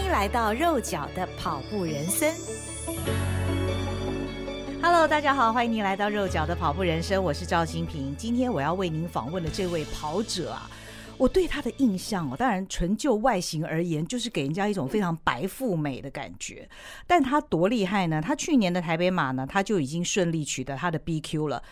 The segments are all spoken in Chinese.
迎来到肉脚的跑步人生。Hello， 大家好，欢迎您来到肉脚的跑步人生，我是赵心屏。今天我要为您访问的这位跑者啊，我对他的印象当然纯就外形而言，就是给人家一种非常白富美的感觉。但他多厉害呢？他去年的台北马呢，他就已经顺利取得他的 BQ 了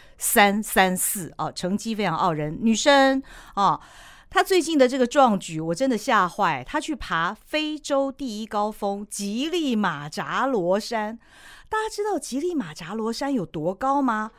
，334啊，成绩非常傲人。女生啊。他最近的这个壮举我真的吓坏，他去爬非洲第一高峰吉利马扎罗山。大家知道吉利马扎罗山有多高吗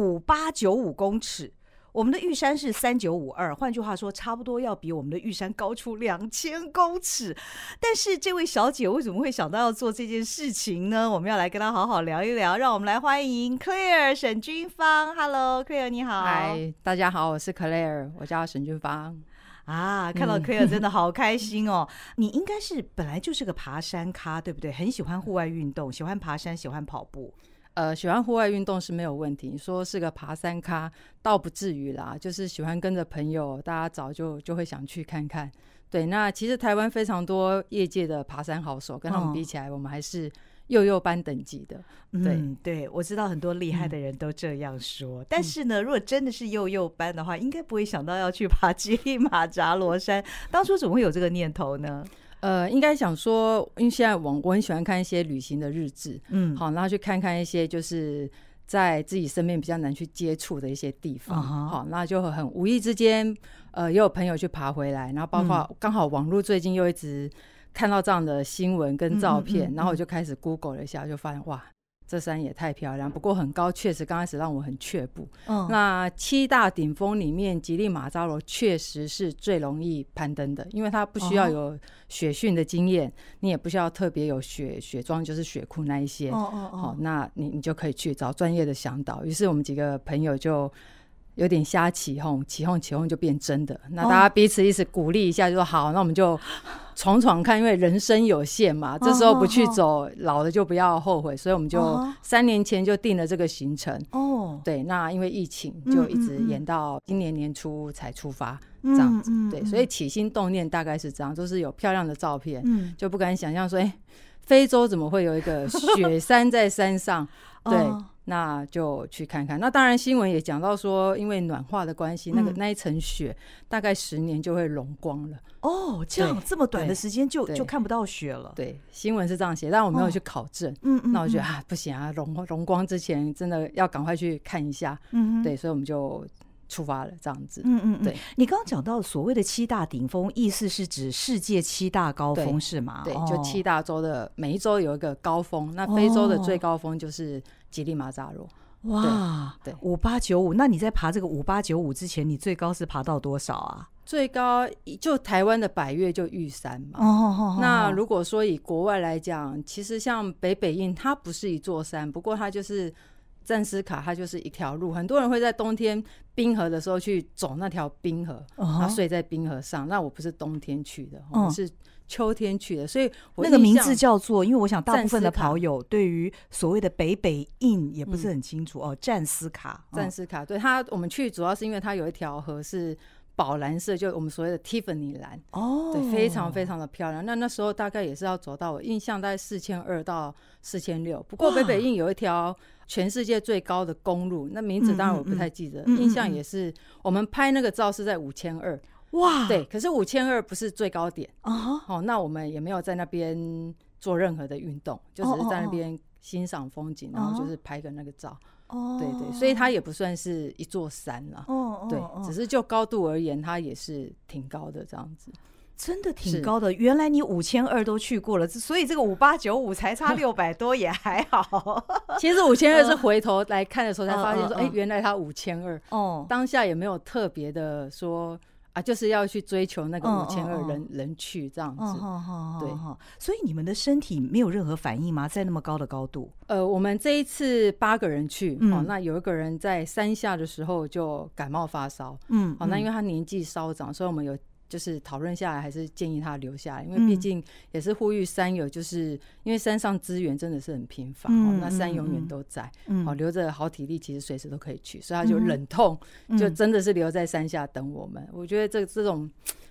？5895公尺，我们的玉山是3952，换句话说差不多要比我们的玉山高出2000公尺。但是这位小姐为什么会想到要做这件事情呢？我们要来跟她好好聊一聊，让我们来欢迎 Claire 沈君芳。 Hello Claire， 你好。 嗨，大家好，我是 Claire， 我叫沈君芳啊，看到 Claire 真的好开心哦。你应该是本来就是个爬山咖，对不对？很喜欢户外运动，喜欢爬山，喜欢跑步。 喜欢户外运动是没有问题，你说是个爬山咖倒不至于啦，就是喜欢跟着朋友，大家早就会想去看看。对，那其实台湾非常多业界的爬山好手，跟他们比起来，我们还是幼幼班等级的。对， 对，我知道很多厉害的人都这样说。但是呢，如果真的是幼幼班的话，应该不会想到要去爬吉利马扎罗山。当初怎么会有这个念头呢？ 应该想说，因为现在我很喜欢看一些旅行的日志，好，然后去看看一些就是在自己身边比较难去接触的一些地方，好，那就很无意之间，也有朋友去爬回来，然后包括刚好网络最近又一直看到这样的新闻跟照片，然后我就开始 Google 了一下，就发现哇，这山也太漂亮，不过很高，确实刚开始让我很却步。那7大顶峰里面，吉利马扎罗确实是最容易攀登的，因为它不需要有雪训的经验，你也不需要特别有雪装，就是雪裤那一些。好，那你就可以去找专业的向导。于是我们几个朋友就有点瞎起哄就变真的。那大家彼此一起鼓励一下，就说好，那我们就闯闯看，因为人生有限嘛，这时候不去走，老了就不要后悔。所以我们就3年前就定了这个行程。对，那因为疫情就一直延到今年年初才出发，这样子。对，所以起心动念大概是这样，都是有漂亮的照片，就不敢想象说，非洲怎么会有一个雪山在山上？对。那就去看看。那当然新闻也讲到说，因为暖化的关系，那一层雪大概10年就会融光了。这样这么短的时间就看不到雪了。对，新闻是这样写，但我没有去考证。那我觉得不行啊，融光之前真的要赶快去看一下。对，所以我们就出发了，这样子。对， 你刚刚讲到所谓的7大顶峰，意思是指世界7大高峰是吗？ 对，就7大洲的每一洲有一个高峰，那非洲的最高峰就是吉利马扎罗。 哇，对，5895。那你在爬这个5895之前，你最高是爬到多少啊？ 最高就台湾的百岳就玉山嘛。那如果说以国外来讲，其实像北印它不是一座山，不过它就是赞斯卡，它就是一条路，很多人会在冬天冰河的时候去走那条冰河，然后睡在冰河上。那我不是冬天去的，我是秋天去的，所以我那个名字叫做，因为我想大部分的跑友对于所谓的北印也不是很清楚。赞斯卡， 对，我们去主要是因为它有一条河是宝蓝色，就我们所谓的 Tiffany 蓝。对，非常非常的漂亮。那时候大概也是要走到，我印象大概4200到4600。不过北印有一条全世界最高的公路，那名字当然我不太记得，印象也是我们拍那个照是在5200。哇，对，可是5200不是最高点。那我们也没有在那边做任何的运动，就只是在那边欣赏风景，然后就是拍个那个照。对对，所以它也不算是一座山了。对，只是就高度而言，它也是挺高的这样子。 真的挺高的，原来你5200都去过了，所以这个5895才差600多也还好。 其实5200是回头来看的时候才发现说，原来它5200。当下也没有特别的说就是要去追求那个5200人去这样子。对， 所以你们的身体没有任何反应吗？在那么高的高度？ 我们这一次8个人去，那有一个人在山下的时候就感冒发烧。那因为他年纪稍长，所以我们有就是讨论下来，还是建议他留下来，因为毕竟也是呼吁山友，就是因为山上资源真的是很贫乏。那山永远都在。留着好体力，其实随时都可以去，所以他就忍痛，就真的是留在山下等我们。我觉得这种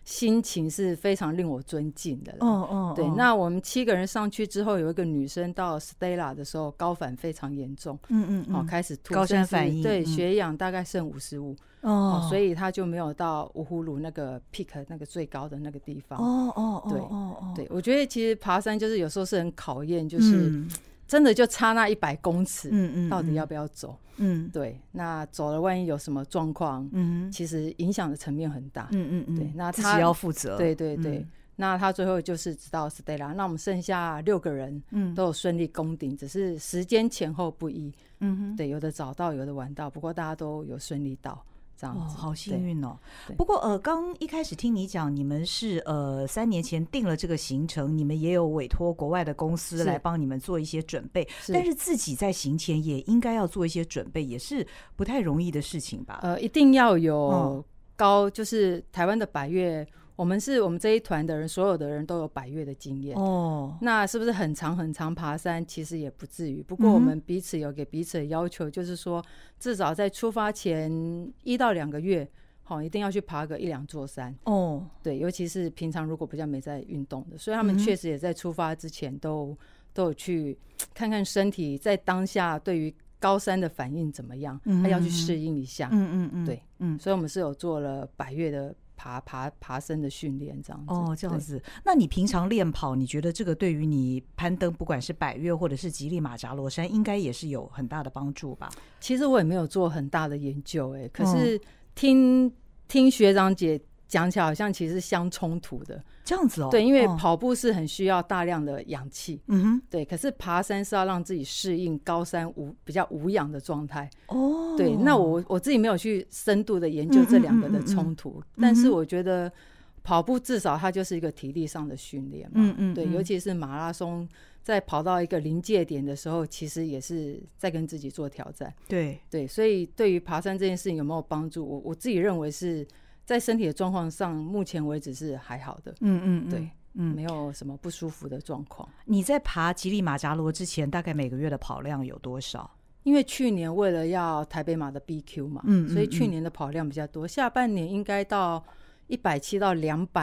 心情是非常令我尊敬的了。对，那我们7个人上去之后，有一个女生到 Stella 的时候高反非常严重，开始吐， 高山反应， 对，血氧大概剩55，所以她就没有到五湖鲁那个 peak 那个最高的那个地方。对，我觉得其实爬山就是有时候是很考验，就是真的就差那100公尺，到底要不要走？对，那走了万一有什么状况，其实影响的层面很大。对，那自己要负责。 对对对，那他最后就是直到 Stella， 那我们剩下6个人都有顺利攻顶，只是时间前后不一。对，有的早到，有的晚到，不过大家都有顺利到。这样子， 好幸运哦。不过刚一开始听你讲，你们是3年前定了这个行程，你们也有委托国外的公司来帮你们做一些准备，但是自己在行前也应该要做一些准备，也是不太容易的事情吧？ 一定要有就是台湾的百岳。我们这一团的人，所有的人都有100岳的经验。那是不是很长爬山？其实也不至于。不过我们彼此有给彼此的要求，就是说至少在出发前1到2个月，一定要去爬个1-2座山。对，尤其是平常如果比较没在运动的，所以他们确实也在出发之前都有去看看身体在当下对于高山的反应怎么样，他要去适应一下。对，所以我们是有做了100岳的爬升的训练，这样子。 这样子。那你平常练跑，你觉得这个对于你攀登，不管是百岳或者是吉力马扎罗山，应该也是有很大的帮助吧？ 其实我也没有做很大的研究，可是听学长姐讲起来，好像其实是相冲突的。 这样子对，因为跑步是很需要大量的氧气，对，可是爬山是要让自己适应高山比较无氧的状态。对，那我自己没有去深度的研究这2个的冲突，但是我觉得跑步至少它就是一个体力上的训练嘛。对，尤其是马拉松，在跑到一个临界点的时候，其实也是在跟自己做挑战。对，所以对于爬山这件事情有没有帮助，我自己认为是在身体的状况上，目前为止是还好的。对，没有什么不舒服的状况。 你在爬吉力马扎罗之前，大概每个月的跑量有多少？ 因为去年为了要台北马的 BQ 嘛，所以去年的跑量比较多。下半年应该到170到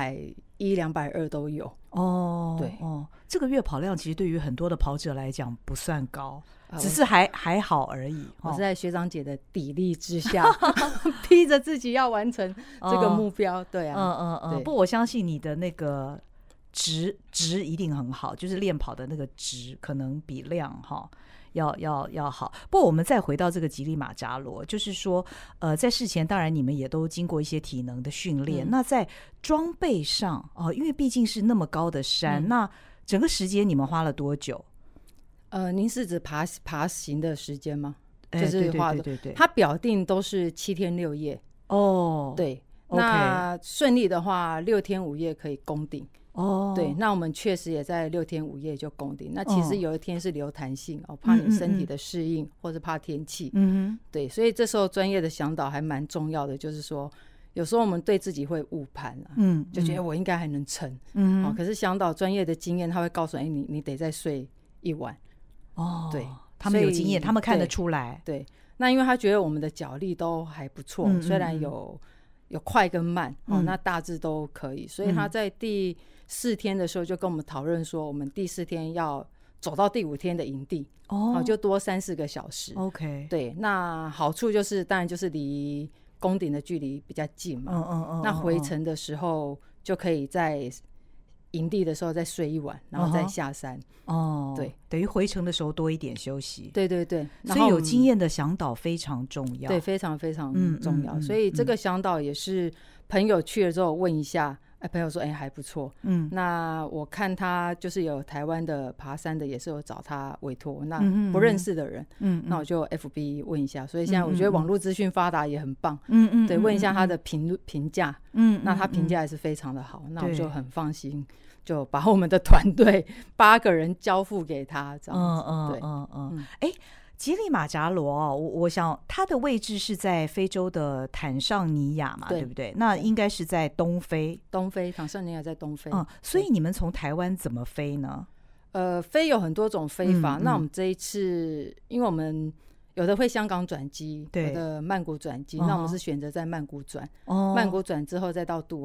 210、220都有。对， 这个月跑量其实对于很多的跑者来讲不算高，只是还好而已。 我是在学长姐的砥砺之下，逼着自己要完成这个目标。对啊， 不，我相信你的那个值一定很好，就是练跑的那个值可能比量要好。不过我们再回到这个吉力马扎罗，就是说在事前当然你们也都经过一些体能的训练，那在装备上因为毕竟是那么高的山，那整个时间你们花了多久？ 您是指爬行的时间吗？就是花的， 对， 它表定都是7天6夜。对，那顺利的话6天5夜可以攻顶。对，那我们确实也在6天5夜就攻顶。那其实有一天是留弹性，怕你身体的适应，或者怕天气。对，所以这时候专业的向导还蛮重要的，就是说有时候我们对自己会误判就觉得我应该还能撑。可是向导专业的经验，他会告诉你得再睡1晚。对， 他们有经验，他们看得出来。 对，那因为他觉得我们的脚力都还不错，虽然有快跟慢，那大致都可以，所以他在第4天的时候就跟我们讨论说，我们第4天要走到第5天的营地，就多3-4个小时。对，那好处就是当然就是离攻顶的距离比较近嘛。那回程的时候就可以在营地的时候再睡1晚，然后再下山。对， 等于回程的时候多一点休息。 对， 所以有经验的向导非常重要。 对，非常非常重要。所以这个向导也是朋友去了之后问一下，朋友说还不错。那我看他就是有台湾的爬山的，也是有找他委托，那不认识的人，那我就 FB 问一下。所以现在我觉得网络资讯发达也很棒。对，问一下他的评价。那他评价也是非常的好，那我就很放心，就把我们的团队8个人交付给他，这样子。 对，吉力马扎罗我想它的位置是在非洲的坦尚尼亚嘛， 对不对？那应该是在东非， 坦尚尼亚在东非。 所以你们从台湾怎么飞呢？ 飞有很多种飞法。那我们这一次因为我们有的会香港转机，有的曼谷转机，那我们是选择在曼谷转，曼谷转之后再到杜哈，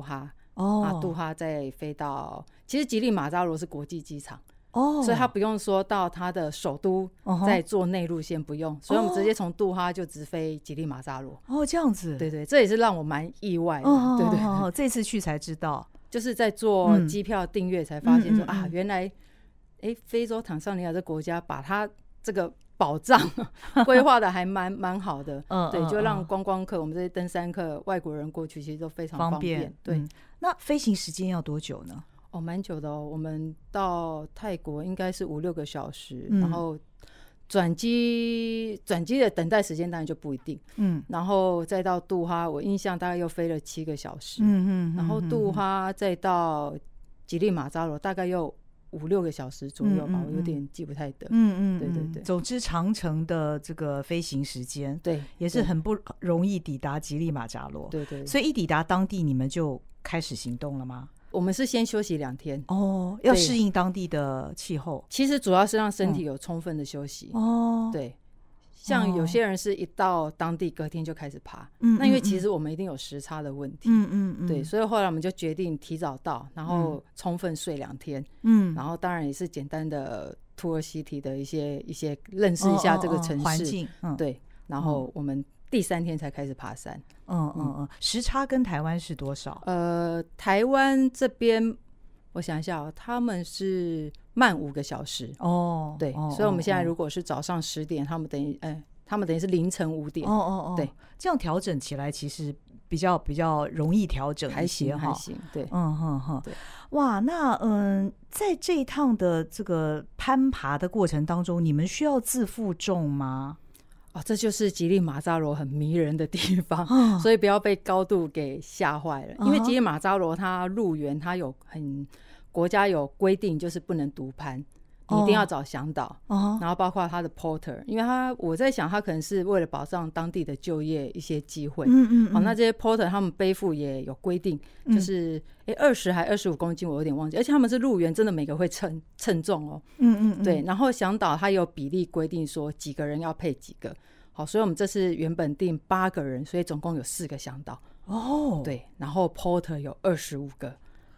杜哈再飞到，其实吉利马扎罗是国际机场。所以他不用说到他的首都再坐内陆线，不用，所以我们直接从杜哈就直飞吉利马扎罗。 这样子， 对对，这也是让我蛮意外的。对对， 这次去才知道， 就是在做机票订阅才发现说原来非洲坦桑尼亚这国家把它这个宝藏规划的还蛮好的。对，就让观光客，我们这些登山客、外国人过去其实都非常方便。对， 那飞行时间要多久呢？ 蛮久的哦。我们到泰国应该是5-6个小时，然后转机的等待时间当然就不一定。然后再到杜哈，我印象大概又飞了7个小时。然后杜哈再到吉利马扎罗大概又5-6个小时左右吧，我有点记不太得。对对对。 总之，长程的这个飞行时间， 对， 也是很不容易抵达吉利马扎罗。 对对。 所以一抵达当地，你们就开始行动了吗？ 我们是先休息2天。 要适应当地的气候。 其实主要是让身体有充分的休息。对。像有些人是一到当地隔天就开始爬，那因为其实我们一定有时差的问题。对，所以后来我们就决定提早到，然后充分睡2天。然后当然也是简单的土耳其的一些认识一下这个城市环境。 对，然后我们第3天才开始爬山。 时差跟台湾是多少？ 台湾这边我想一下他们是慢5个小时。对，所以我们现在如果是早上10点，他们等于是凌晨5点。对， 这样调整起来其实比较容易调整一些哈。 还行，对。 哇，那在这一趟的这个攀爬的过程当中，你们需要自负重吗？ 这就是吉利马扎罗很迷人的地方。所以不要被高度给吓坏了。因为吉利马扎罗它入园，它有国家有规定，就是不能独攀，你一定要找向导。然后包括他的 porter， 因为我在想他可能是为了保障当地的就业一些机会。那这些 porter 他们背负也有规定，就是20还25公斤，我有点忘记，而且他们是入园真的每个会称重哦。对，然后向导他有比例规定说几个人要配几个。好，所以我们这次原本定8个人，所以总共有4个向导。对，然后 porter 有25个。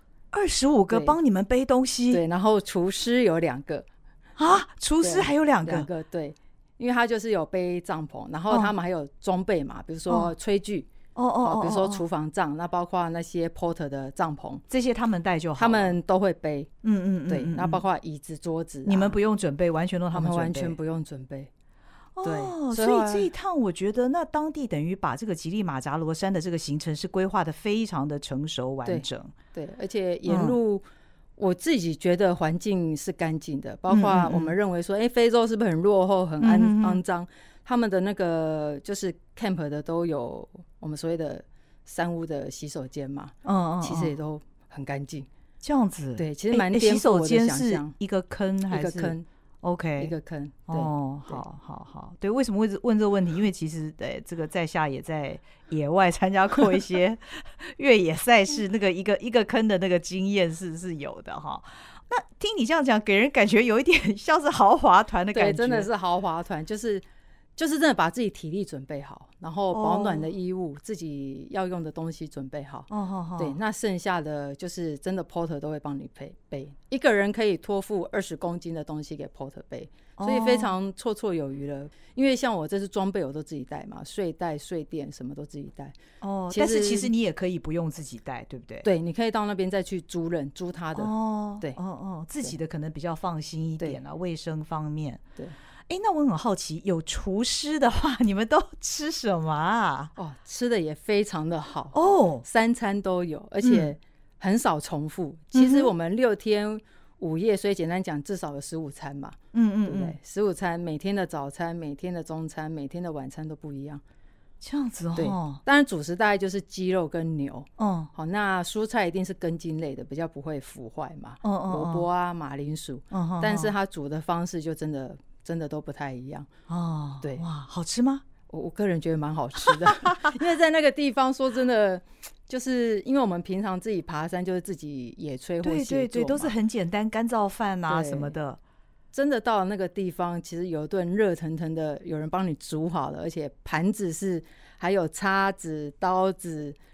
25个帮你们背东西。 对，然后厨师有2个。 厨师还有2个。 2个，对，因为他就是有背帐篷，然后他们还有装备嘛，比如说炊具，比如说厨房帐，那包括那些 porter 的帐篷， 这些他们带就好了， 他们都会背。对，那包括椅子桌子你们不用准备，完全都他们准备， 完全不用准备。 对，所以这一趟我觉得那当地等于把这个吉利马扎罗山的这个行程是规划的非常的成熟完整。 对，而且沿路我自己觉得环境是干净的，包括我们认为说非洲是不是很落后很肮脏，他们的那个就是 camp 的都有我们所谓的山屋的洗手间嘛。其实也都很干净。 这样子。 对，其实蛮颠覆我的想象。 洗手间是一个坑还是一个坑 ？OK， 一个坑。 好。对，为什么会问这个问题？因为其实这个在下也在野外参加过一些越野赛事，那个一个坑的那个经验是有的哈。那听你这样讲，给人感觉有一点像是豪华团的感觉。 对，真的是豪华团，就是真的把自己体力准备好，然后保暖的衣物，自己要用的东西准备好。对，那剩下的就是真的 porter 都会帮你背，一个人可以托付20公斤的东西给 porter 背，所以非常绰绰有余了。因为像我这次装备我都自己带嘛，睡袋、睡垫什么都自己带。 但是其实你也可以不用自己带，对不对？ 对，你可以到那边再去租他的。对， 自己的可能比较放心一点啊，卫生方面。 对。 那我很好奇，有厨师的话，你们都吃什么啊？ 吃的也非常的好 ，3 餐都有，而且很少重复。其实我们6天5夜，所以简单讲，至少有15餐嘛。对不对？15餐，每天的早餐、每天的中餐、每天的晚餐都不一样。 这样子对，当然主食大概就是鸡肉跟牛。好，那蔬菜一定是根茎类的，比较不会腐坏嘛。萝卜啊、马铃薯。但是它煮的方式就真的都不太一样。对， 哇，好吃吗？ 我个人觉得蛮好吃的。因为在那个地方，说真的，就是因为我们平常自己爬山就是自己野炊或协作嘛， 对，都是很简单干燥饭啊什么的。 真的到了那个地方，其实有一顿热腾腾的，有人帮你煮好了，而且盘子是还有叉子、刀子、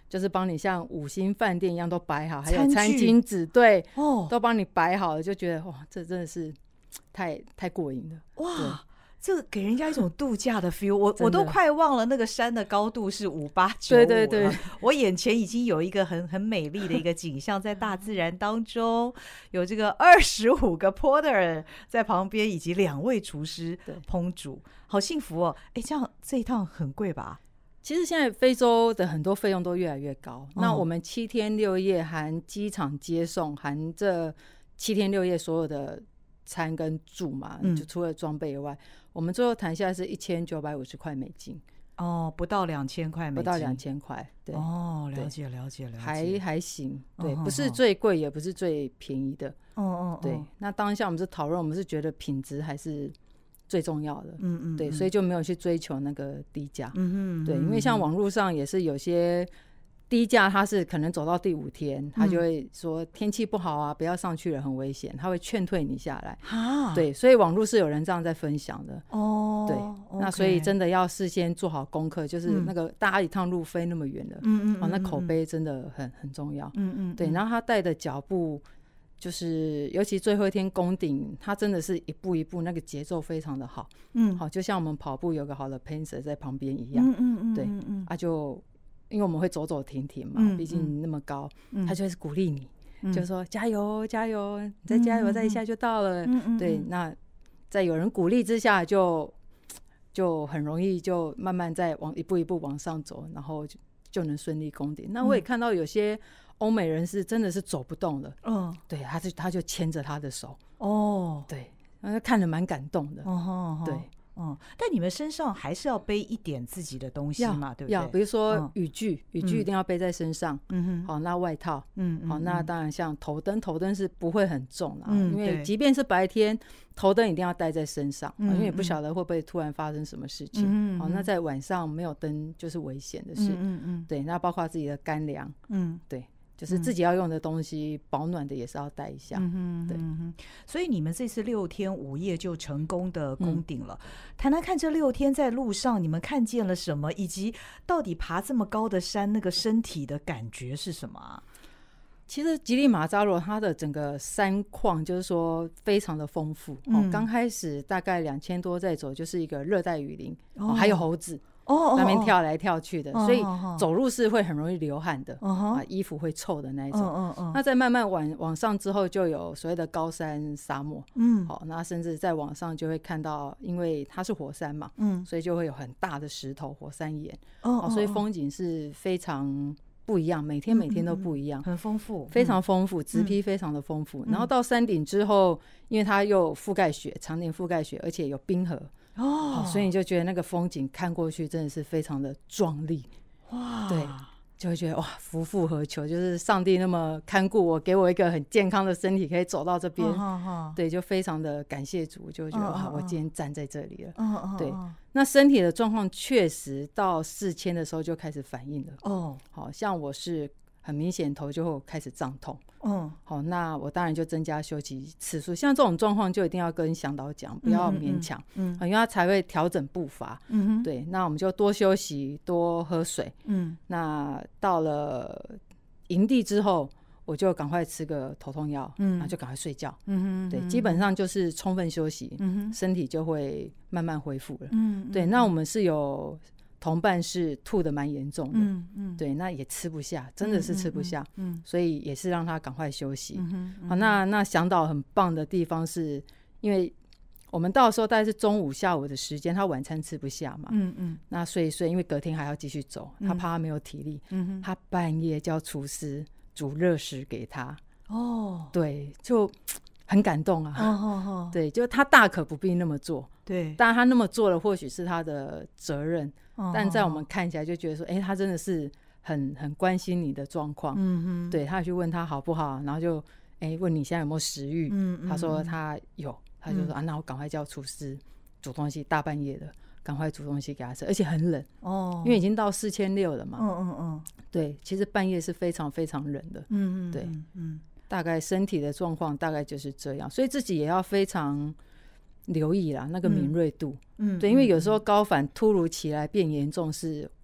就是帮你像5星饭店一样都摆好，还有餐巾纸，对，都帮你摆好了，就觉得哇，这真的是太过瘾了， 哇！这给人家一种度假的 feel， 我都快忘了那个山的高度是5895， 对对对， 我眼前已经有一个很美丽的一个景象，在大自然当中，有这个25个 porter 在旁边，以及2位厨师烹煮，好幸福哦！哎，这一趟很贵吧？ 其实现在非洲的很多费用都越来越高，那我们7天6夜含机场接送，含这7天6夜所有的餐跟住嘛，就除了装备以外，我们最后谈下来是1950块美金。 哦，不到2000块美金， 不到2000块，对。 哦，了解了解， 还行，对，不是最贵，也不是最便宜的。对。那当下我们是讨论，我们是觉得品质还是最重要的，对，所以就没有去追求那个低价，对，因为像网络上也是有些低价，他是可能走到第5天，他就会说天气不好啊，不要上去了，很危险，他会劝退你下来，对，所以网络是有人这样在分享的，对，那所以真的要事先做好功课，就是那个大家一趟路飞那么远的，那口碑真的很重要，对，然后他带的脚步。就是尤其最后一天攻顶，它真的是一步一步，那个节奏非常的好，好，就像我们跑步有个好的 pacer 在旁边一样，对，就因为我们会走走停停嘛，毕竟那么高，他就会鼓励你，就说加油加油，你再加油，再一下就到了，对，那在有人鼓励之下就很容易就慢慢再一步一步往上走，然后就能顺利攻顶。那我也看到有些欧美人是真的是走不动了，对，他就牵着他的手，对，看着蛮感动的，对， 但你们身上还是要背一点自己的东西嘛，对不对？ 要，比如说雨具一定要背在身上，好，那外套，好，那当然像头灯是不会很重啦，因为即便是白天，头灯一定要带在身上，因为也不晓得会不会突然发生什么事情，好，那在晚上没有灯就是危险的事，对，那包括自己的干粮，对。就是自己要用的东西，保暖的也是要带一下，对。 所以你们这次6天5夜就成功的攻顶了。谈谈看这6天在路上你们看见了什么，以及到底爬这么高的山，那个身体的感觉是什么啊？ 其实吉利马扎罗它的整个山况就是说非常的丰富，刚开始大概2000多再走就是一个热带雨林，还有猴子。那边跳来跳去的，所以走路是会很容易流汗的，衣服会臭的那一种。那再慢慢往上之后，就有所谓的高山沙漠，好，那甚至在往上就会看到，因为它是火山嘛，所以就会有很大的石头、火山岩，所以风景是非常不一样，每天都不一样， 很丰富， 非常丰富，植被非常的丰富。然后到山顶之后，因为它又覆盖雪，常年覆盖雪，而且有冰河。所以你就觉得那个风景看过去真的是非常的壮丽，哇！对，就会觉得哇，夫复何求？就是上帝那么看顾我，给我一个很健康的身体，可以走到这边，对，就非常的感谢主，就觉得哇，我今天站在这里了，对。那身体的状况确实到4000的时候就开始反应了，好像我是很明显头就会开始胀痛。好，那我当然就增加休息次数。像这种状况就一定要跟向导讲，不要勉强，因为他才会调整步伐。对，那我们就多休息，多喝水。那到了营地之后，我就赶快吃个头痛药，然后就赶快睡觉。对，基本上就是充分休息，身体就会慢慢恢复了。对，那我们是有同伴是吐得蛮严重的，对，那也吃不下，真的是吃不下，所以也是让他赶快休息。好，那向导很棒的地方是，因为我们到的时候大概是中午下午的时间，他晚餐吃不下嘛，那睡一睡，因为隔天还要继续走，他怕他没有体力，他半夜叫厨师煮热食给他，对，就很感动啊，对，就他大可不必那么做， 对， 当然他那么做了或许是他的责任，但在我们看起来就觉得说，他真的是很关心你的状况，对，他去问他好不好，然后就问你现在有没有食欲，他说他有，他就说那我赶快叫厨师煮东西，大半夜的赶快煮东西给他吃，而且很冷因为已经到4600了嘛，对，其实半夜是非常非常冷的，对，大概身体的状况大概就是这样，所以自己也要非常留意啦，那个敏锐度，对，因为有时候高反突如其来变严重是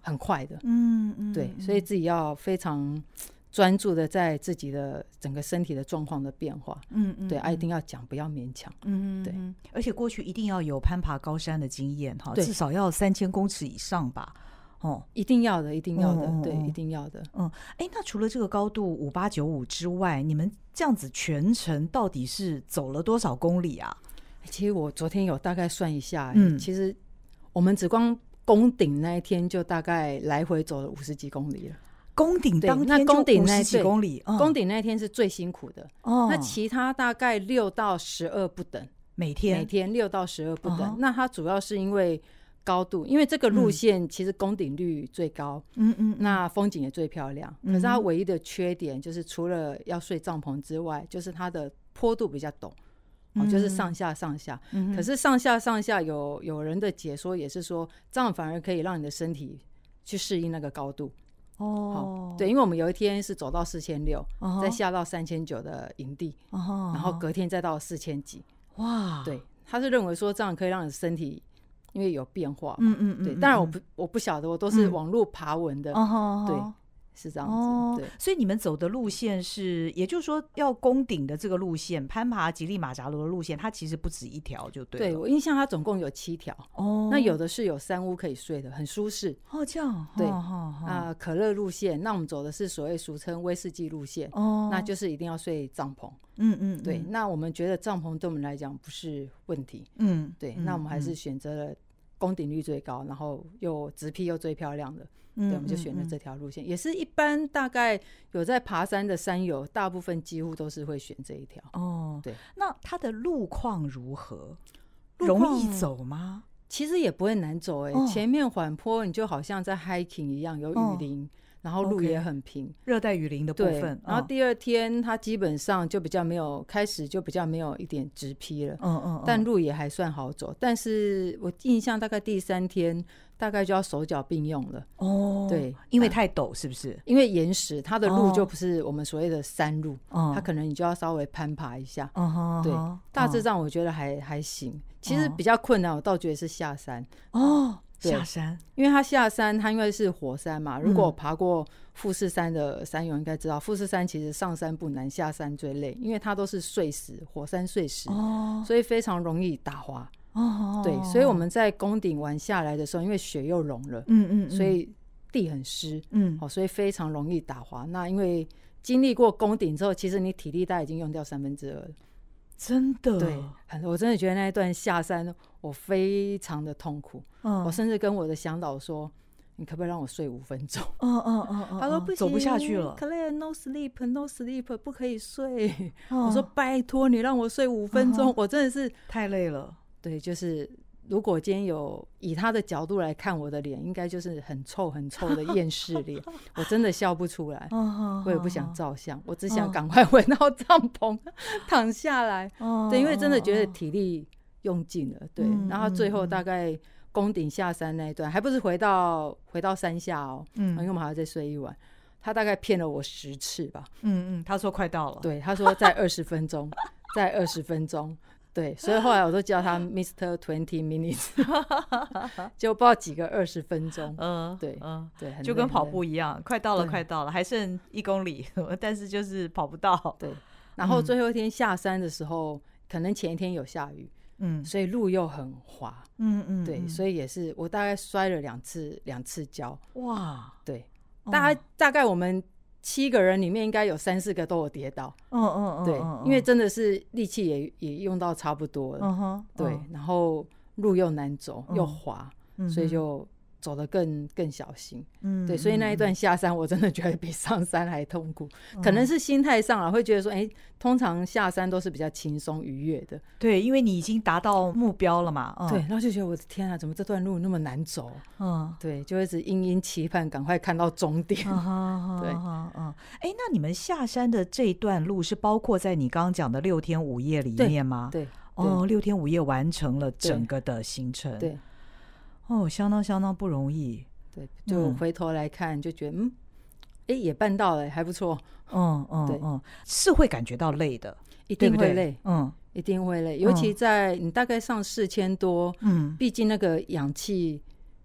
很快的。对，所以嗯自己要非常专注的在自己的整个身体的状况的变化。对，一定要讲，不要勉强。对， 而且过去一定要有攀爬高山的经验哈， 对至少要3000公尺以上吧。 一定要的，一定要的，对，一定要的。 那除了这个高度5895之外，你们这样子全程到底是走了多少公里啊？ 其实我昨天有大概算一下，其实我们只光攻顶那一天就大概来回走了50几公里了。 攻顶当天就50几公里， 攻顶那一天是最辛苦的。那其他大概6到12不等，每天6到12不等。那它主要是因为高度，因为这个路线其实攻顶率最高，那风景也最漂亮。可是它唯一的缺点就是除了要睡帐篷之外，就是它的坡度比较陡。就是上下。可是上下有人的解说也是说，这样反而可以让你的身体去适应那个高度。对，因为我们有一天是走到4600，再下到3900的营地，然后隔天再到4000几。哇，对，他是认为说这样可以让你的身体因为有变化。对，当然我不晓得，我都是网络爬文的。对，是这样子。对， 所以你们走的路线是，也就是说要攻顶的这个路线，攀爬吉利马扎罗的路线，它其实不止一条就对了。 对，我印象它总共有7条。那有的是有山屋可以睡的，很舒适。 这样。 对，可乐路线，那我们走的是所谓俗称威士忌路线。那就是一定要睡帐篷。对，那我们觉得帐篷对我们来讲不是问题。对，那我们还是选择了攻顶率最高，然后又直批又最漂亮的。对，我们就选了这条路线，也是一般大概有在爬山的山友，大部分几乎都是会选这一条。对。 那它的路况如何？容易走吗？ 其实也不会难走。前面缓坡，你就好像在 hiking 一样，有雨林。然后路也很平， 热带雨林的部分。 然后第二天它基本上就比较没有，开始就比较没有一点直批了。但路也还算好走。但是我印象大概第3天大概就要手脚并用了。对， 因为太陡是不是？ 因为岩石，它的路就不是我们所谓的山路，它可能你就要稍微攀爬一下。对，大致上我觉得还行。其实比较困难，我倒觉得是下山。 下山， 因为它下山，它因为是火山嘛。如果爬过富士山的山友应该知道，富士山其实上山不难，下山最累，因为它都是碎石，火山碎石，所以非常容易打滑。对，所以我们在攻顶完下来的时候，因为雪又融了，所以地很湿，所以非常容易打滑。那因为经历过攻顶之后，其实你体力大概已经用掉2/3了。 真的。 对，我真的觉得那一段下山我非常的痛苦。我甚至跟我的向导说，你可不可以让我睡5分钟？他说不行， 走不下去了。 Claire no sleep no sleep， 不可以睡。我说拜托你让我睡5分钟，我真的是太累了。 对，就是如果今天有以他的角度来看我的脸，应该就是很臭很臭的厌世脸。我真的笑不出来。我也不想照相，我只想赶快回到帐篷躺下来。对，因为真的觉得体力用尽了。对，然后最后大概攻顶下山那一段，还不是回到山下因为我们还要再睡一晚。他大概骗了我10次吧。 他说快到了。 对，他说在20分钟，在20分钟。对，所以后来我都叫他 Mr. 20 minutes， 就不知道几个20分钟。对，对， 就跟跑步一样，快到了，快到了，还剩1公里，但是就是跑不到。 对，然后最后一天下山的时候，可能前一天有下雨，所以路又很滑。对，所以也是我大概摔了2次跤。哇，对，大概我们7个人里面应该有3、4个都有跌倒。对，因为真的是力气也用到差不多了。对，然后路又难走又滑，所以就走得更小心。对，所以那一段下山我真的觉得比上山还痛苦。可能是心态上会觉得说，通常下山都是比较轻松愉悦的。 对，因为你已经达到目标了嘛。 对，然后就觉得我的天啊，怎么这段路那么难走？对，就一直殷期盼赶快看到终点。对， 那你们下山的这一段路是包括在你刚刚讲的6天5夜里面吗？ 对 ，6天5夜完成了整个的行程。 对， 相当不容易。 对，就回头来看就觉得也办到了，还不错。 是会感觉到累的， 一定会累。一定会累，尤其在你大概上4000多，毕竟那个氧气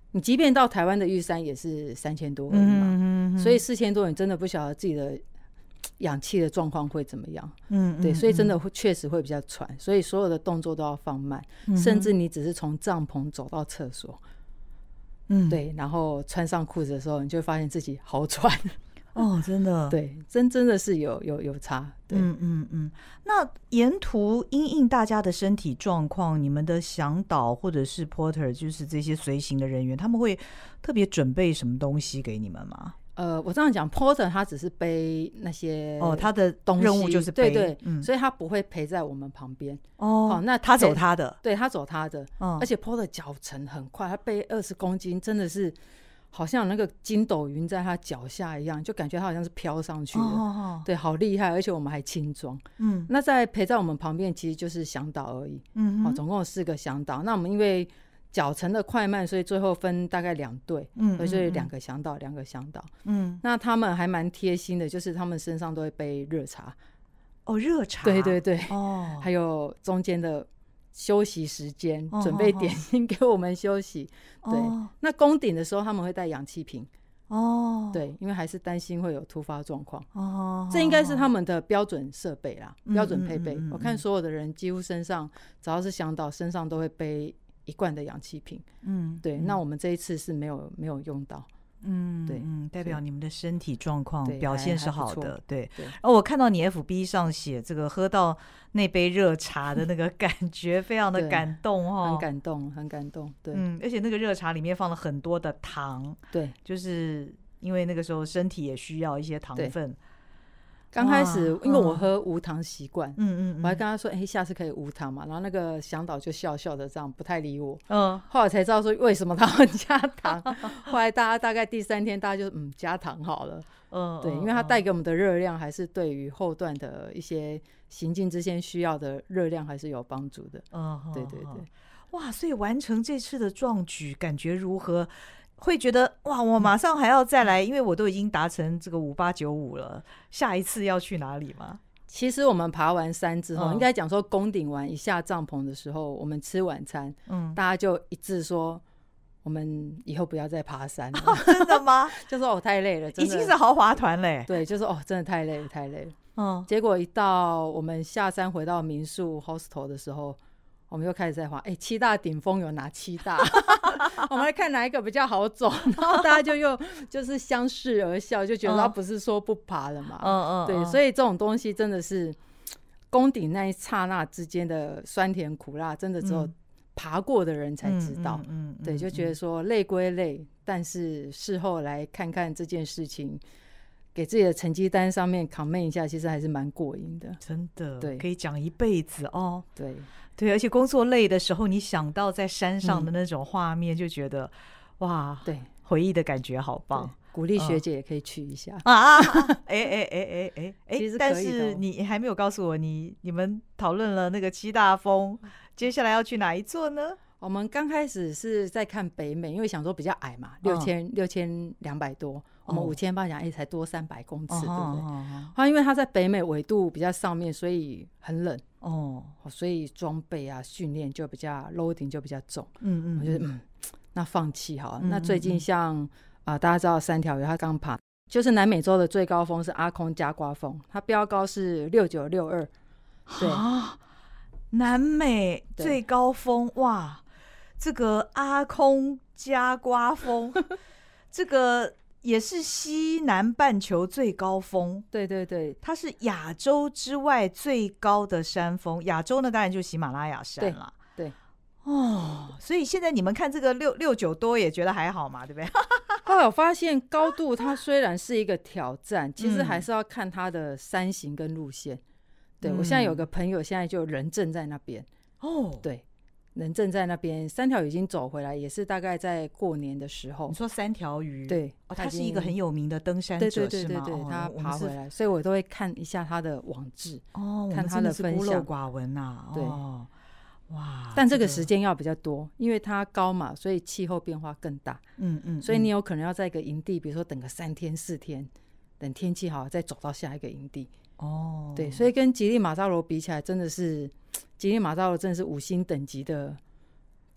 你即便到台湾的玉山也是3000多而已嘛，所以4000多你真的不晓得自己的氧气的状况会怎么样。对，所以真的确实会比较喘，所以所有的动作都要放慢，甚至你只是从帐篷走到厕所，对，然后穿上裤子的时候，你就会发现自己好喘。 哦，真的， 对，真的是有差。对， 那沿途因应大家的身体状况，你们的向导或者是 porter， 就是这些随行的人员，他们会特别准备什么东西给你们吗？ 我这样讲 ，porter 他只是背那些他的任务就是背， 对，所以他不会陪在我们旁边。 那他走他的， 对，他走他的，而且 porter 脚程很快，他背20公斤，真的是好像有那个筋斗云在他脚下一样，就感觉他好像是飘上去的。对，好厉害，而且我们还轻装。那在陪在我们旁边其实就是向导而已。总共有4个向导。那我们因为脚程的快慢，所以最后分大概2队，所以2个向导，2个向导。那他们还蛮贴心的，就是他们身上都会背热茶。 热茶， 对，还有中间的休息时间，准备点心给我们休息。对，那攻顶的时候他们会带氧气瓶。对，因为还是担心会有突发状况。这应该是他们的标准设备啦，标准配备。我看所有的人几乎身上只要是向导身上都会背1罐的氧气瓶。对，那我们这一次是没有用到。对， 代表你们的身体状况表现是好的。对， 然后我看到你 FB 上写这个喝到那杯热茶的那个感觉，非常的感动很感动，很感动。对， 而且那个热茶里面放了很多的糖。 对， 就是因为那个时候身体也需要一些糖分。 刚开始因为我喝无糖习惯，我还跟他说下次可以无糖嘛，然后那个向导就笑笑的这样不太理我。后来才知道说为什么他们加糖。后来大家大概第3天大家就加糖好了。对，因为它带给我们的热量还是对于后段的一些行进之间需要的热量还是有帮助的。对， 哇，所以完成这次的壮举感觉如何？会觉得哇，我马上还要再来，因为我都已经达成这个5895了，下一次要去哪里吗？ 其实我们爬完山之后，应该讲说攻顶完一下帐篷的时候，我们吃晚餐，大家就一致说我们以后不要再爬山了。 真的吗？ 就说太累了， 已经是豪华团嘞。 对，就说真的太累了。结果一到我们下山回到民宿 hostel 的时候，我们又开始在划7大顶峰有哪7大我们来看哪一个比较好走，然后大家就是相视而笑，就觉得他不是说不爬了嘛。对，所以这种东西真的是攻顶那一刹那之间的酸甜苦辣，真的只有爬过的人才知道。对，就觉得说累归累，但是事后来看看这件事情，给自己的成绩单上面 comment 一下，其实还是蛮过瘾的。 真的， 对， 可以讲一辈子哦。 对， 而且工作累的时候，你想到在山上的那种画面，就觉得哇， 对， 回忆的感觉好棒。 鼓励学姐也可以去一下其实但是你还没有告诉我，你们讨论了那个7大峰，接下来要去哪一座呢？ 我们刚开始是在看北美，因为想说比较矮嘛，6200多，我们5800讲才多300公尺，对不对？因为它在北美纬度比较上面，所以很冷所以装备啊训练就比较 loading 就比较重。我觉得那放弃好了。那最近像大家知道3条鱼，它刚爬，就是南美洲的最高峰是阿空加瓜峰，它标高是6962。对， 南美最高峰，哇，这个阿空加瓜峰这个也是西南半球最高峰。 对， 它是亚洲之外最高的山峰。亚洲呢当然就喜马拉雅山了。 对所以现在你们看这个69多也觉得还好嘛，对不对？ 后来我发现高度它虽然是一个挑战，其实还是要看它的山形跟路线。对，我现在有个朋友现在就人正在那边。对，人正在那边，3条鱼已经走回来，也是大概在过年的时候。 你说3条鱼？ 对， 他是一个很有名的登山者，是吗？ 对，他爬回来，所以我都会看一下他的网志，看他的分享。 孤陋寡闻啊。 对， 哇！ 但这个时间要比较多，因为它高嘛，所以气候变化更大。所以你有可能要在一个营地，比如说等个3天4天，等天气好再走到下一个营地。对，所以跟吉利马扎罗比起来，真的是吉利马扎罗真的是5星等级的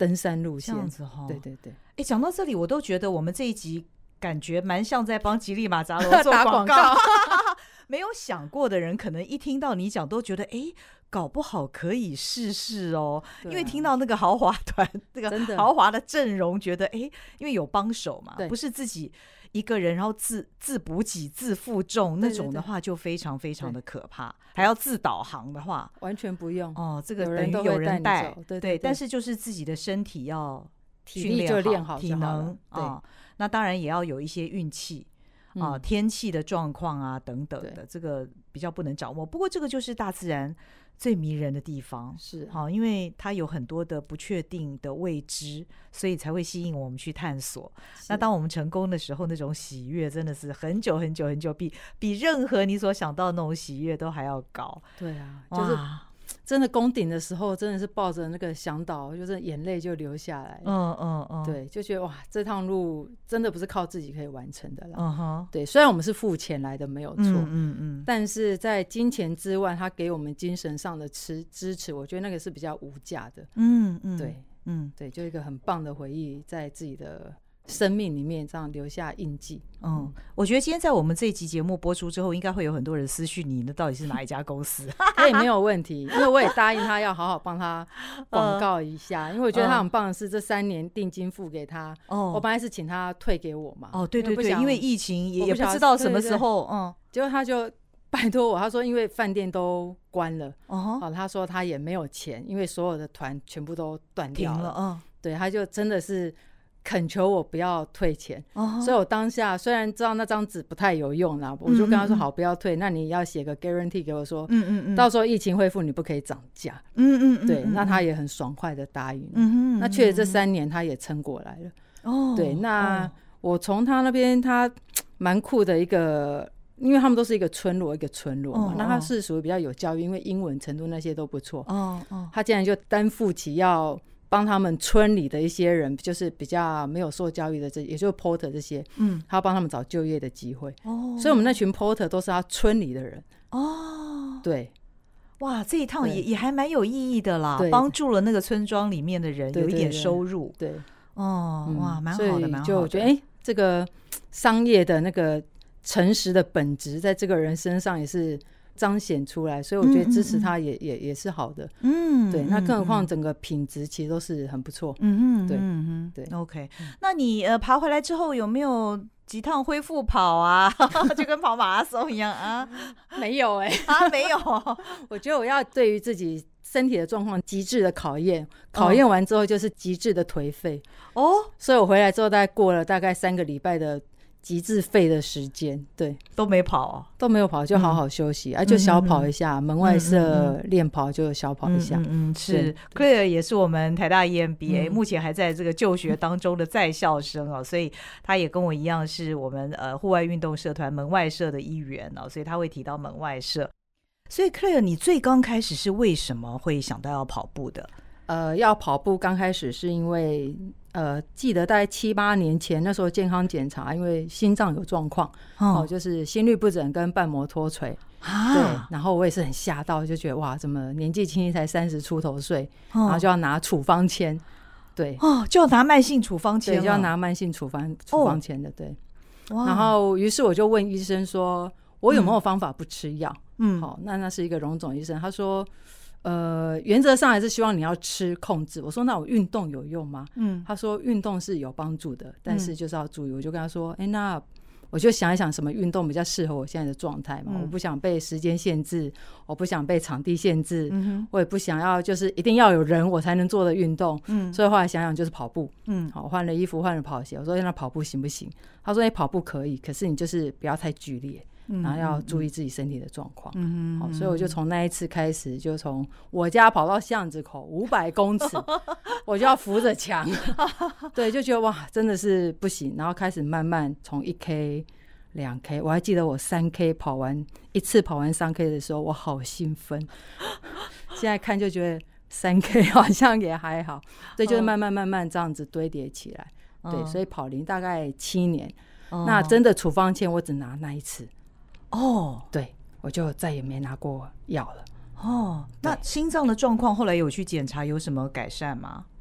登山路线， 这样子对对对。 讲到这里我都觉得我们这一集感觉蛮像在帮吉利马扎罗做广告没有想过的人可能一听到你讲都觉得搞不好可以试试哦，因为听到那个豪华团那个豪华的阵容觉得因为有帮手嘛，不是自己一个人然后自补给自负重那种的话就非常非常的可怕，还要自导航的话完全不用这个等于有人带， 对， 但是就是自己的身体要体力就练好体能那当然也要有一些运气天气的状况啊等等的，这个比较不能掌握。不过这个就是大自然最迷人的地方， 是因为它有很多的不确定的未知，所以才会吸引我们去探索。那当我们成功的时候，那种喜悦真的是很久很久很久，比任何你所想到的那种喜悦都还要高。 对啊，就是真的攻顶的时候，真的是抱着那个向导，就是眼泪就流下来。对，就觉得哇，这趟路真的不是靠自己可以完成的啦。对，虽然我们是付钱来的，没有错。但是在金钱之外，他给我们精神上的支持，我觉得那个是比较无价的。对，就一个很棒的回忆，在自己的生命里面这样留下印记。 我觉得今天在我们这一集节目播出之后，应该会有很多人私讯你，那到底是哪一家公司？ 可以没有问题，因为我也答应他要好好帮他广告一下，因为我觉得他很棒的是这3年定金付给他，我本来是请他退给我嘛。 对对对，因为疫情也不知道什么时候， 结果他就拜托我，他说因为饭店都关了，他说他也没有钱，因为所有的团全部都断掉了，对，他就真的是恳求我不要退钱，所以我当下虽然知道那张纸不太有用啦，我就跟他说好，不要退，那你要写个 guarantee 给我说，到时候疫情恢复你不可以涨价，对，那他也很爽快的答应了，那确实这3年他也撑过来了，对，那我从他那边他蛮酷的一个，因为他们都是一个村落嘛，那他是属于比较有教育，因为英文程度那些都不错，他竟然就担负起要帮他们村里的一些人，就是比较没有受教育的也就是 porter 这些，他要帮他们找就业的机会，所以我们那群 porter 都是他村里的人，对， 哇，这一趟也还蛮有意义的啦，帮助了那个村庄里面的人有一点收入， 对， 哇，蛮好的，蛮好的， 就我觉得这个商业的那个诚实的本质在这个人身上也是彰显出来，所以我觉得支持他也是好的，对，那更何况整个品质其实都是很不错，对 OK， 那你爬回来之后有没有几趟恢复跑啊？就跟跑马拉松一样啊？ 没有没有， 我觉得我要对于自己身体的状况极致的考验完之后就是极致的颓废所以我回来之后过了大概3个礼拜的极致废的时间，对， 都没跑都没有跑，就好好休息就小跑一下，门外社练跑就小跑一下， 是 Claire 也是我们台大 EMBA 目前还在这个就学当中的在校生所以他也跟我一样是我们户外运动社团门外社的一员所以他会提到门外社。所以 Claire 你最刚开始是为什么会想到要跑步的？ 要跑步刚开始是因为记得大概7、8年前那时候健康检查，因为心脏有状况就是心律不整跟瓣膜脱垂对，然后我也是很吓到，就觉得哇，怎么年纪轻轻才30出头岁然后就要拿处方签，对就要拿慢性处方签， 对，就要拿慢性处方签的对，然后于是我就问医生说我有没有方法不吃药好，那是一个荣总医生，他说原则上还是希望你要吃控制。我说那我运动有用吗？他说运动是有帮助的，但是就是要注意。我就跟他说那我就想一想什么运动比较适合我现在的状态嘛，我不想被时间限制，我不想被场地限制，我也不想要就是一定要有人我才能做的运动，所以后来想想就是跑步，好，换了衣服换了跑鞋，我说那跑步行不行？他说跑步可以，可是你就是不要太剧烈，然后要注意自己身体的状况，好，所以我就从那一次开始，就从我家跑到巷子口500公尺我就要扶着墙对，就觉得哇真的是不行，然后开始慢慢从1K 2K， 我还记得我3K 一次跑完3K 的时候我好兴奋现在看就觉得3K 好像也还好，对，就是慢慢这样子堆叠起来，对，所以跑龄大概7年，那真的处方签我只拿那一次对，我就再也没拿过药了那心脏的状况后来有去检查有什么改善吗？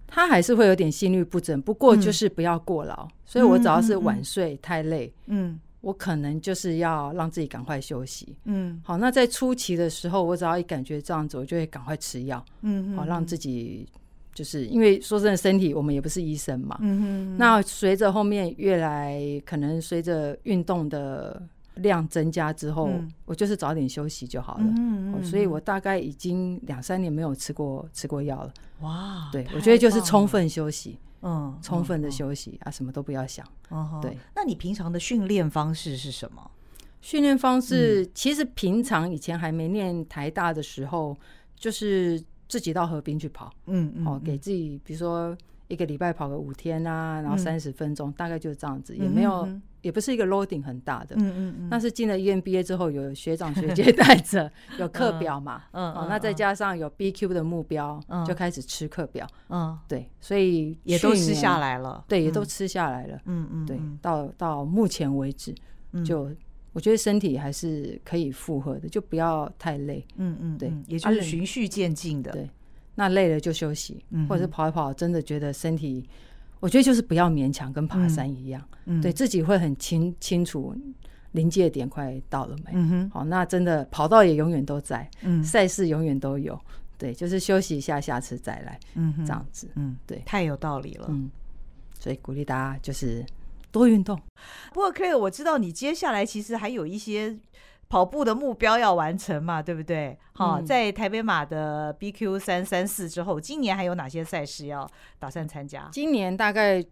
他还是会有点心律不整，不过就是不要过劳，所以我只要是晚睡太累，我可能就是要让自己赶快休息。好，那在初期的时候，我只要一感觉这样子，我就会赶快吃药，好让自己，就是因为说真的，身体我们也不是医生嘛，那随着后面越来，可能随着运动的量增加之后，我就是早点休息就好了。所以我大概已经2-3年没有吃过药了。哇，对，我觉得就是充分休息。充分的休息啊，什么都不要想。对， 那你平常的训练方式是什么？ 训练方式其实平常以前还没念台大的时候，就是自己到河滨去跑，给自己比如说1个礼拜跑个5天啊，然后30分钟，大概就是这样子，也没有，也不是一个 loading 很大的。那是进了 EMBA 之后，有学长学姐带着，有课表嘛，那再加上有 BQ 的目标，就开始吃课表。对，所以也都吃下来了。 对，也都吃下来了。对，到目前为止，就我觉得身体还是可以负荷的，就不要太累。对， 也就是循序渐进的。 对。那累了就休息，或者是跑一跑，真的觉得身体，我觉得就是不要勉强，跟爬山一样，对自己会很清楚临界点快到了没。好，那真的跑道也永远都在，赛事永远都有，对，就是休息一下，下次再来，这样子，对， 太有道理了。 所以鼓励大家就是多运动。 不过 Claire， 我知道你接下来其实还有一些跑步的目标要完成嘛，对不对？在台北马的 BQ334 之后，今年还有哪些赛事要打算参加？ 今年大概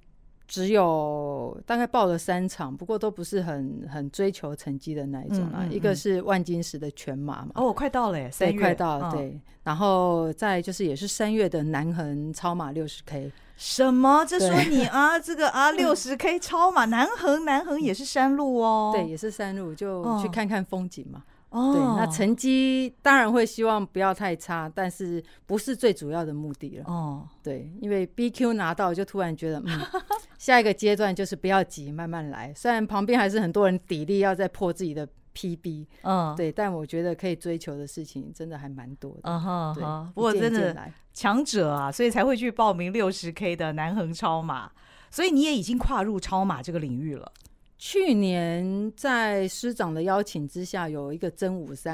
报了3场，不过都不是很追求成绩的那一种啦。一个是万金石的全马嘛， 我快到了耶，3月快到了，对。然后再就是也是3月的南横超马60K。 什么？这说你啊，这个啊60K 超马，南横也是山路哦。 对，也是山路，就去看看风景嘛。对，那成绩当然会希望不要太差，但是不是最主要的目的了。对，因为 BQ 拿到就突然觉得，下一个阶段就是不要急，慢慢来。虽然旁边还是很多人砥砺要再破自己的PB，对，但我觉得可以追求的事情真的还蛮多的。对， 不过真的强者啊，所以才会去报名60K 的南横超马，所以你也已经跨入超马这个领域了。 去年在师长的邀请之下，有一个真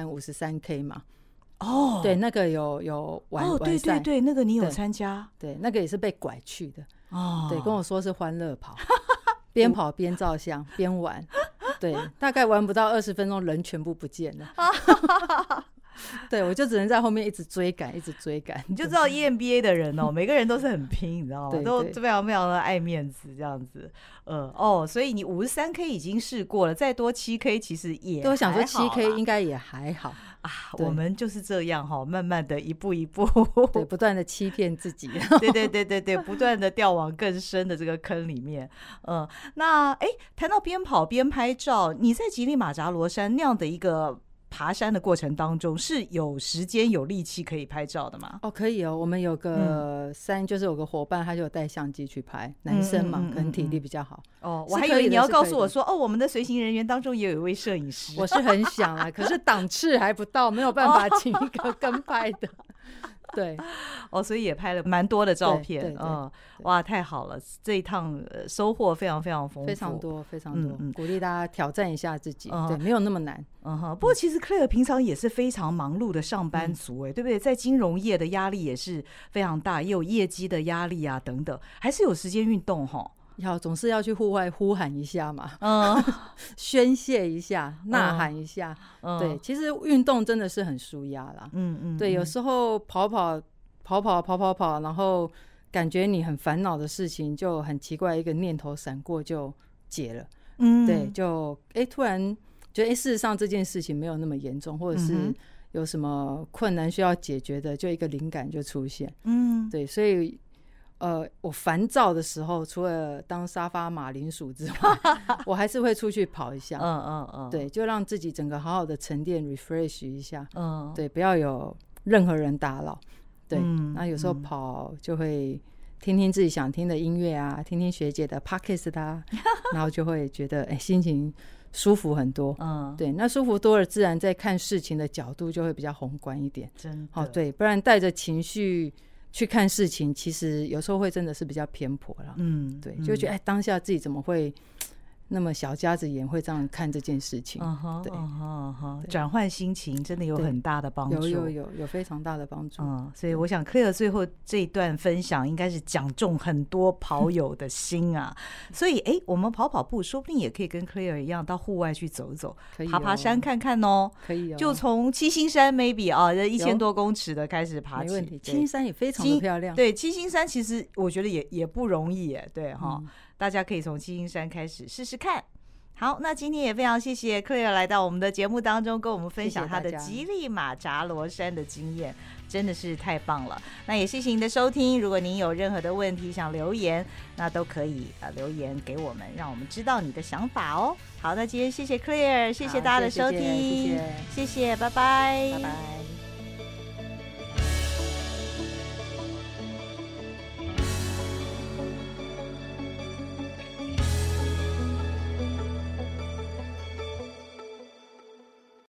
53K 嘛。对，那个有完赛。 对，那个你有参加。 对，那个也是被拐去的。对，跟我说是欢乐跑，边跑边照相边玩。对，大概玩不到20分钟，人全部不见了。对，我就只能在后面一直追赶。 你就知道 EMBA 的人每个人都是很拼，你知道吗？都非常非常的爱面子这样子。所以你53K 已经试过了，再多7K 其实也还好。 都想说7K 应该也还好啊。我们就是这样慢慢的一步一步， 对，不断的欺骗自己。 对，不断的掉往更深的这个坑里面。那谈到边跑边拍照，你在吉力马扎罗山那样的一个爬山的过程当中，是有时间有力气可以拍照的吗？ 可以哦。我们有个就是有个伙伴，他就有带相机去拍，男生嘛，可能体力比较好。 我还以为你要告诉我说，我们的随行人员当中也有一位摄影师。 我是很想啊，可是档次还不到，没有办法请一个跟拍的。对， 所以也拍了蛮多的照片。 对， 哇，太好了！这一趟收获非常非常丰富， 非常多。鼓励大家挑战一下自己，对，没有那么难。 不过其实 Claire 平常也是非常忙碌的上班族，对不对？在金融业的压力也是非常大，也有业绩的压力啊等等，还是有时间运动总是要去户外呼喊一下嘛，宣泄一下，呐喊一下。对，其实运动真的是很舒压啦。对，有时候跑，然后感觉你很烦恼的事情就很奇怪，一个念头闪过就解了。对，就突然觉得事实上这件事情没有那么严重，或者是有什么困难需要解决的，就一个灵感就出现。对，所以我烦躁的时候，除了当沙发马铃薯之外，我还是会出去跑一下。对，就让自己整个好好的沉淀 refresh 一下。对，不要有任何人打扰。对，那有时候跑就会听听自己想听的音乐啊，听听学姐的 podcast 啊，然后就会觉得心情舒服很多。对，那舒服多了，自然在看事情的角度就会比较宏观一点。 真的。 对，不然带着情绪去看事情，其实有时候会真的是比较偏颇了。对，就觉得当下自己怎么会那么小家子眼，会这样看这件事情。对， 转换心情真的有很大的帮助， 有非常大的帮助。 所以我想 Claire 最后这一段分享应该是讲中很多跑友的心啊。所以我们跑步说不定也可以跟 Claire 一样到户外去走走，爬山看看哦。 可以就从七星山 maybe 这1000多公尺的开始爬起。 没问题，七星山也非常的漂亮。 对，七星山其实我觉得也不容易耶，对大家可以从七星山开始试试看。好，那今天也非常谢谢Claire来到我们的节目当中，跟我们分享她的吉利马扎罗山的经验，真的是太棒了。那也谢谢您的收听，如果您有任何的问题想留言，那都可以留言给我们，让我们知道你的想法哦。好，那今天谢谢Claire，谢谢大家的收听，谢谢，拜拜，拜拜。